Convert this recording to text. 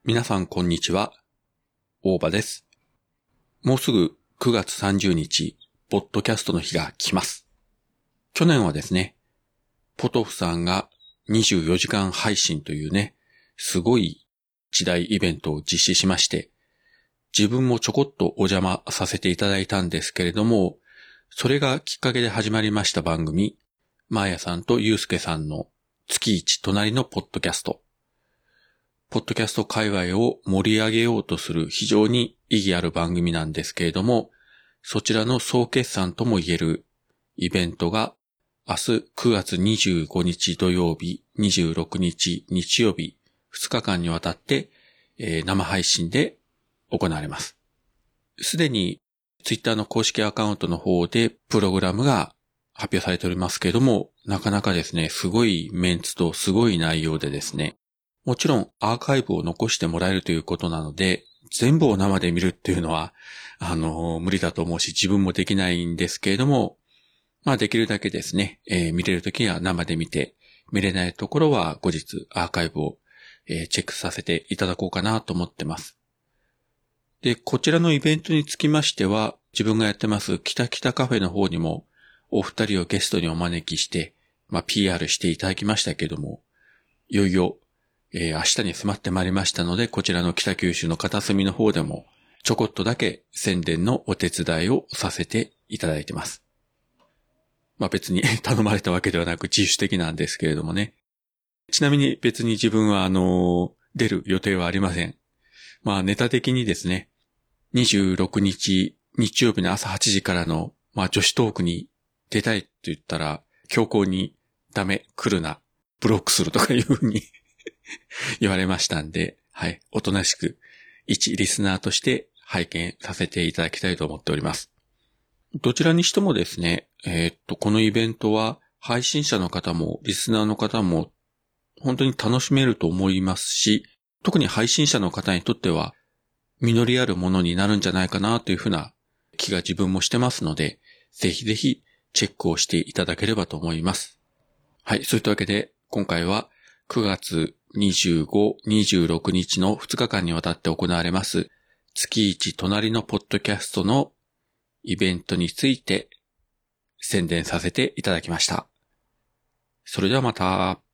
皆さんこんにちは。大場です。もうすぐ9月30日、ポッドキャストの日が来ます。去年はですね、ポトフさんが24時間配信というね、すごい時代イベントを実施しまして、自分もちょこっとお邪魔させていただいたんですけれども、それがきっかけで始まりました番組、マーヤさんとユうスケさんの月一隣のポッドキャスト。ポッドキャスト界隈を盛り上げようとする非常に意義ある番組なんですけれども、そちらの総決算とも言えるイベントが明日9月25日土曜日、26日日曜日、2日間にわたって、生配信で行われます。すでにツイッターの公式アカウントの方でプログラムが発表されておりますけれども、なかなかですね、すごいメンツとすごい内容でですね、もちろんアーカイブを残してもらえるということなので、全部を生で見るっていうのは、無理だと思うし、自分もできないんですけれども、できるだけですね、見れるときには生で見て、見れないところは後日アーカイブを、チェックさせていただこうかなと思ってます。で、こちらのイベントにつきましては、自分がやってます北北カフェの方にも、お二人をゲストにお招きして、PR していただきましたけれども、いよいよ、明日に迫ってまいりましたので、こちらの北九州の片隅の方でも、ちょこっとだけ宣伝のお手伝いをさせていただいてます。別に頼まれたわけではなく自主的なんですけれどもね。ちなみに別に自分は出る予定はありません。ネタ的にですね、26日日曜日の朝8時からの、女子トークに出たいと言ったら、強行にダメ、来るな、ブロックするとかいうふうに言われましたんで、はい、おとなしく一リスナーとして拝見させていただきたいと思っております。どちらにしてもですね、このイベントは配信者の方もリスナーの方も本当に楽しめると思いますし、特に配信者の方にとっては実りあるものになるんじゃないかなというふうな気が自分もしてますので、ぜひぜひチェックをしていただければと思います。はい、そういったわけで今回は9月25、26日の2日間にわたって行われます月一隣のポッドキャストのイベントについて宣伝させていただきました。それではまた。